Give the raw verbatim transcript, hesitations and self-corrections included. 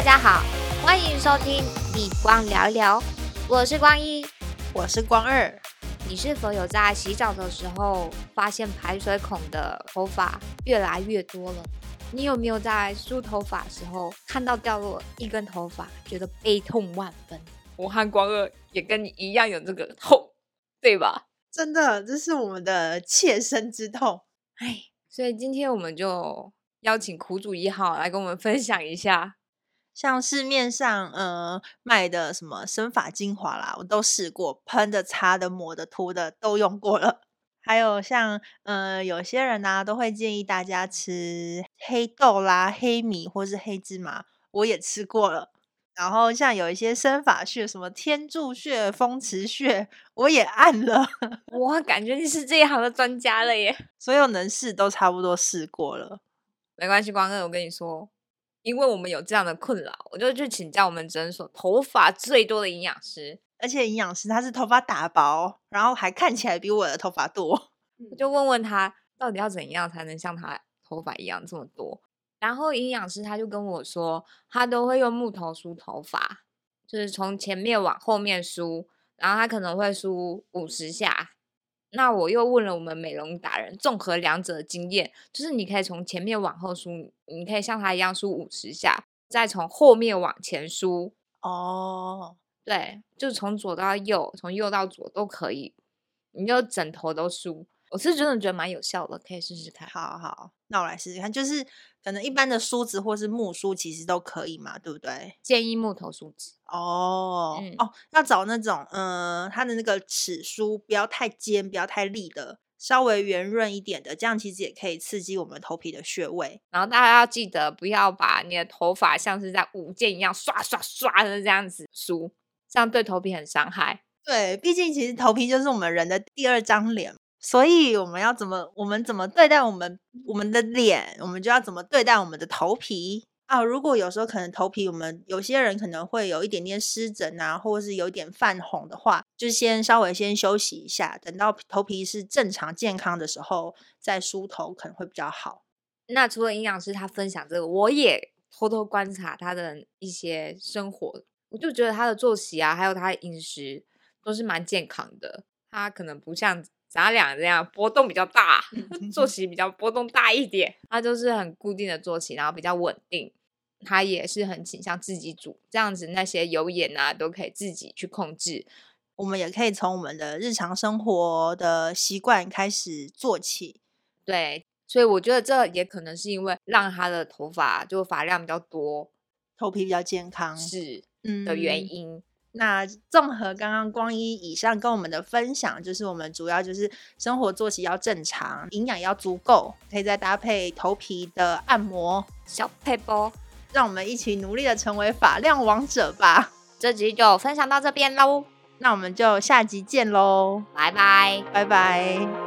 家好，欢迎收听立光聊一聊，我是光一， 我是光二。 你是否有在洗澡的时候发现排水孔的头发越来越多了？你有没有在梳头发的时候看到掉落一根头发，觉得悲痛万分？我和光二也跟你一样有这个痛，对吧？ 真的，这是我们的切身之痛。 哎，所以今天我们就邀请苦主一号来跟我们分享一下。 像市面上呃卖的什么生发精华啦，我都试过，喷的、擦的、抹的、涂的都用过了。还有像呃有些人啊都会建议大家吃黑豆啦、黑米或是黑芝麻，我也吃过了。然后像有一些生发穴，什么天柱穴、风池穴，我也按了。 哇，感觉你是这一行的专家了耶！ 所有能试都差不多试过了。 没关系，光哥，我跟你说，因为我们有这样的困扰，我就去请教我们诊所头发最多的营养师， 而且营养师他是头发打薄，然后还看起来比我的头发多。 我就问问他到底要怎样才能像他头发一样这么多。然后营养师他就跟我说，他都会用木头梳头发，就是从前面往后面梳，然后他可能会梳五十下。那我又问了我们美容达人，综合两者的经验，就是你可以从前面往后梳，你可以像他一样梳五十下，再从后面往前梳。 哦， 对，就从左到右，从右到左都可以，你就整头都梳。我是真的觉得蛮有效的，可以试试看。 好好，那我来试试看。就是可能一般的梳子或是木梳其实都可以嘛，对不对？ 建议木头梳子。 哦、 嗯哦，要找那种呃，它的那个齿梳不要太尖，不要太利的，稍微圆润一点的，这样其实也可以刺激我们头皮的穴位。 然后大家要记得不要把你的头发像是在舞剑一样刷刷刷的这样子梳，这样对头皮很伤害。 对，毕竟其实头皮就是我们人的第二张脸，所以我们要怎么，我们怎么对待我们我们的脸，我们就要怎么对待我们的头皮啊。如果有时候可能头皮我们有些人可能会有一点点湿疹啊，或者是有点泛红的话，就先稍微先休息一下，等到头皮是正常健康的时候再梳头可能会比较好。 那除了营养师他分享这个，我也偷偷观察他的一些生活，我就觉得他的作息啊，还有他的饮食都是蛮健康的。他可能不像咱俩这样波动比较大，作息比较波动大一点，他就是很固定的作息，然后比较稳定。他也是很倾向自己煮，这样子那些油盐啊都可以自己去控制。 我们也可以从我们的日常生活的习惯开始做起。 对，所以我觉得这也可能是因为让他的头发就发量比较多， 头皮比较健康是嗯的原因。 那综合刚刚光一以上跟我们的分享，就是我们主要就是生活作息要正常，营养要足够，可以再搭配头皮的按摩， 小配波， 让我们一起努力的成为发量王者吧。 这集就分享到这边喽， 那我们就下集见喽， 拜拜。 拜拜。